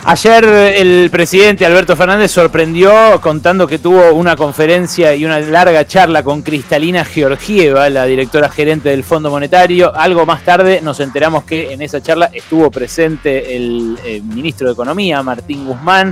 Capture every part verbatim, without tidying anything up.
Ayer el presidente Alberto Fernández sorprendió contando que tuvo una conferencia y una larga charla con Cristalina Georgieva, la directora gerente del Fondo Monetario. Algo más tarde nos enteramos que en esa charla estuvo presente el, el ministro de Economía, Martín Guzmán.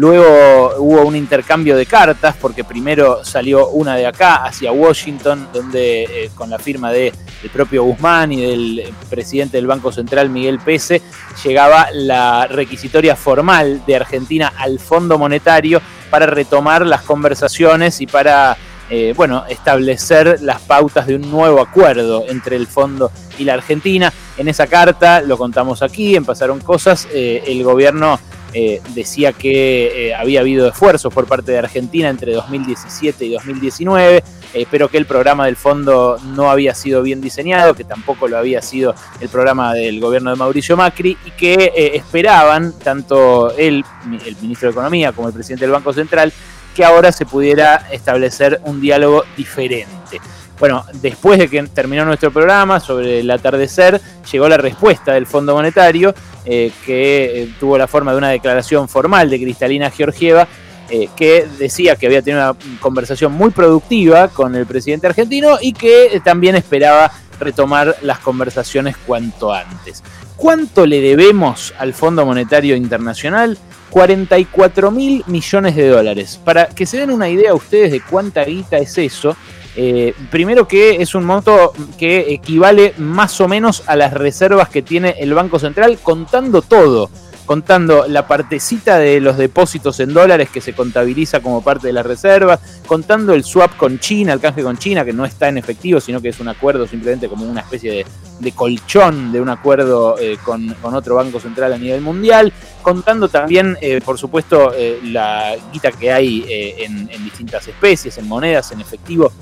Luego hubo un intercambio de cartas, porque primero salió una de acá hacia Washington, donde eh, con la firma de, del propio Guzmán y del presidente del Banco Central, Miguel Pese, llegaba la requisitoria formal de Argentina al Fondo Monetario para retomar las conversaciones y para eh, bueno, establecer las pautas de un nuevo acuerdo entre el Fondo y la Argentina. En esa carta, lo contamos aquí, en Pasaron Cosas, eh, el gobierno Eh, decía que eh, había habido esfuerzos por parte de Argentina entre dos mil diecisiete y dos mil diecinueve, eh, pero que el programa del fondo no había sido bien diseñado, que tampoco lo había sido el programa del gobierno de Mauricio Macri, y que eh, esperaban, tanto él, el ministro de Economía, como el presidente del Banco Central, que ahora se pudiera establecer un diálogo diferente. Bueno, después de que terminó nuestro programa, sobre el atardecer, llegó la respuesta del Fondo Monetario, eh, que eh, tuvo la forma de una declaración formal de Cristalina Georgieva, eh, que decía que había tenido una conversación muy productiva con el presidente argentino y que eh, también esperaba retomar las conversaciones cuanto antes. ¿Cuánto le debemos al Fondo Monetario Internacional? cuarenta y cuatro mil millones de dólares. Para que se den una idea ustedes de cuánta guita es eso, Eh, primero que es un monto que equivale más o menos a las reservas que tiene el Banco Central, contando todo, contando la partecita de los depósitos en dólares que se contabiliza como parte de las reservas, contando el swap con China, el canje con China, que no está en efectivo, sino que es un acuerdo simplemente como una especie de, de colchón de un acuerdo eh, con, con otro banco central a nivel mundial, contando también, eh, por supuesto, eh, la guita que hay eh, en, en distintas especies, en monedas, en efectivo,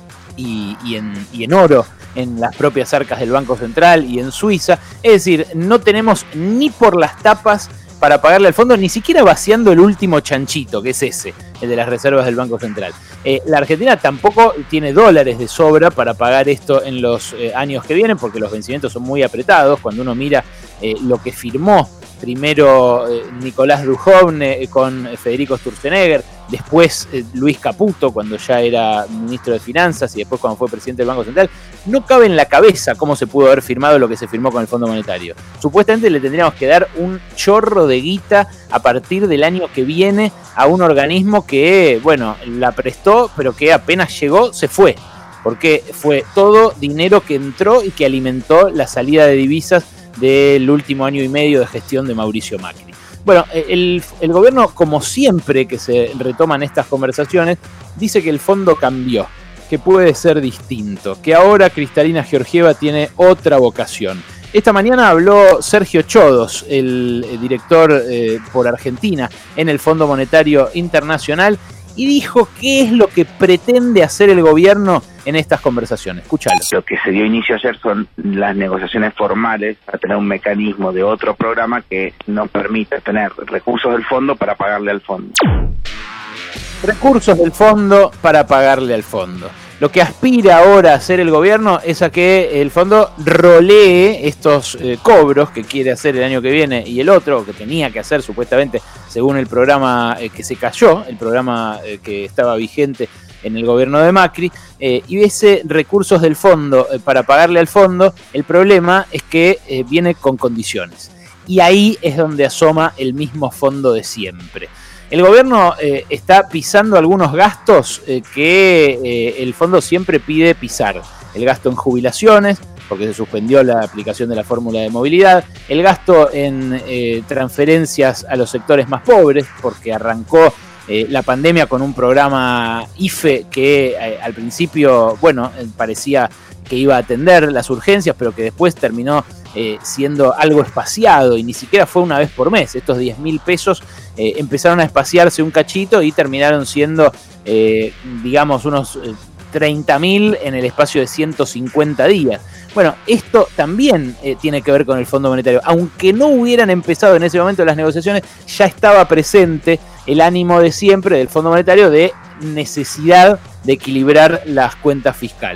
Y, y, en, y en oro, en las propias arcas del Banco Central y en Suiza. Es decir, no tenemos ni por las tapas para pagarle al fondo, ni siquiera vaciando el último chanchito, que es ese, el de las reservas del Banco Central. Eh, la Argentina tampoco tiene dólares de sobra para pagar esto en los eh, años que vienen, porque los vencimientos son muy apretados. Cuando uno mira eh, lo que firmó primero eh, Nicolás Duhovne eh, con Federico Sturzenegger, después eh, Luis Caputo cuando ya era ministro de Finanzas y después cuando fue presidente del Banco Central, no cabe en la cabeza cómo se pudo haber firmado lo que se firmó con el Fondo Monetario. Supuestamente le tendríamos que dar un chorro de guita a partir del año que viene a un organismo que, bueno, la prestó, pero que apenas llegó, se fue, porque fue todo dinero que entró y que alimentó la salida de divisas del último año y medio de gestión de Mauricio Macri. Bueno, el, el gobierno, como siempre que se retoman estas conversaciones, dice que el fondo cambió, que puede ser distinto, que ahora Cristalina Georgieva tiene otra vocación. Esta mañana habló Sergio Chodos, el director eh, por Argentina en el Fondo Monetario Internacional, y dijo qué es lo que pretende hacer el gobierno en estas conversaciones. Escúchalo. Lo que se dio inicio ayer son las negociaciones formales para tener un mecanismo de otro programa que nos permita tener recursos del fondo para pagarle al fondo. Recursos del fondo para pagarle al fondo. Lo que aspira ahora a hacer el gobierno es a que el fondo rolee estos eh, cobros que quiere hacer el año que viene y el otro, que tenía que hacer supuestamente según el programa eh, que se cayó, el programa eh, que estaba vigente en el gobierno de Macri, eh, y ese recursos del fondo eh, para pagarle al fondo, el problema es que eh, viene con condiciones. Y ahí es donde asoma el mismo fondo de siempre. El gobierno eh, está pisando algunos gastos eh, que eh, el fondo siempre pide pisar. El gasto en jubilaciones, porque se suspendió la aplicación de la fórmula de movilidad. El gasto en eh, transferencias a los sectores más pobres, porque arrancó eh, la pandemia con un programa I F E que eh, al principio, bueno, eh, parecía que iba a atender las urgencias, pero que después terminó eh, siendo algo espaciado y ni siquiera fue una vez por mes. Estos diez mil pesos eh, empezaron a espaciarse un cachito y terminaron siendo, eh, digamos, unos eh, treinta mil en el espacio de ciento cincuenta días. Bueno, esto también eh, tiene que ver con el Fondo Monetario. Aunque no hubieran empezado en ese momento las negociaciones, ya estaba presente el ánimo de siempre del Fondo Monetario de necesidad de equilibrar las cuentas fiscales. Bueno,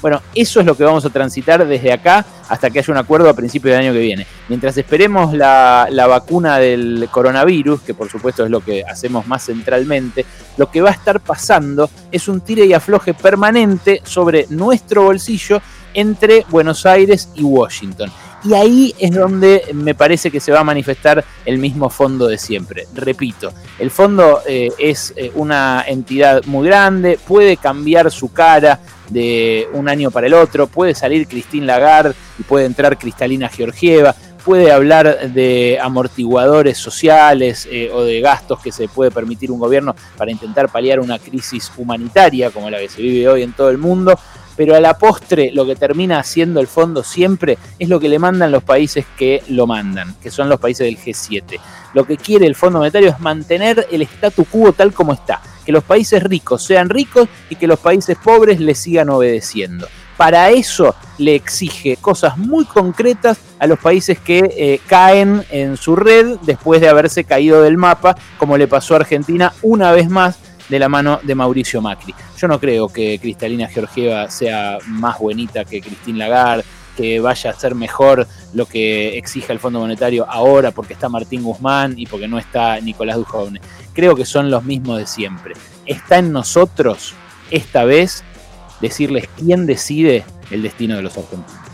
Bueno, eso es lo que vamos a transitar desde acá hasta que haya un acuerdo a principios del año que viene. Mientras esperemos la, la vacuna del coronavirus, que por supuesto es lo que hacemos más centralmente, lo que va a estar pasando es un tire y afloje permanente sobre nuestro bolsillo entre Buenos Aires y Washington. Y ahí es donde me parece que se va a manifestar el mismo fondo de siempre. Repito, el fondo eh, es eh, una entidad muy grande, puede cambiar su cara de un año para el otro, puede salir Christine Lagarde y puede entrar Kristalina Georgieva, puede hablar de amortiguadores sociales eh, o de gastos que se puede permitir un gobierno para intentar paliar una crisis humanitaria como la que se vive hoy en todo el mundo, pero a la postre lo que termina haciendo el fondo siempre es lo que le mandan los países que lo mandan, que son los países del G siete. Lo que quiere el Fondo Monetario es mantener el statu quo tal como está, que los países ricos sean ricos y que los países pobres le sigan obedeciendo. Para eso le exige cosas muy concretas a los países que eh, caen en su red después de haberse caído del mapa, como le pasó a Argentina una vez más de la mano de Mauricio Macri. Yo no creo que Kristalina Georgieva sea más bonita que Christine Lagarde, que vaya a ser mejor lo que exija el Fondo Monetario ahora porque está Martín Guzmán y porque no está Nicolás Dujovne. Creo que son los mismos de siempre. Está en nosotros, esta vez, decirles quién decide el destino de los argentinos.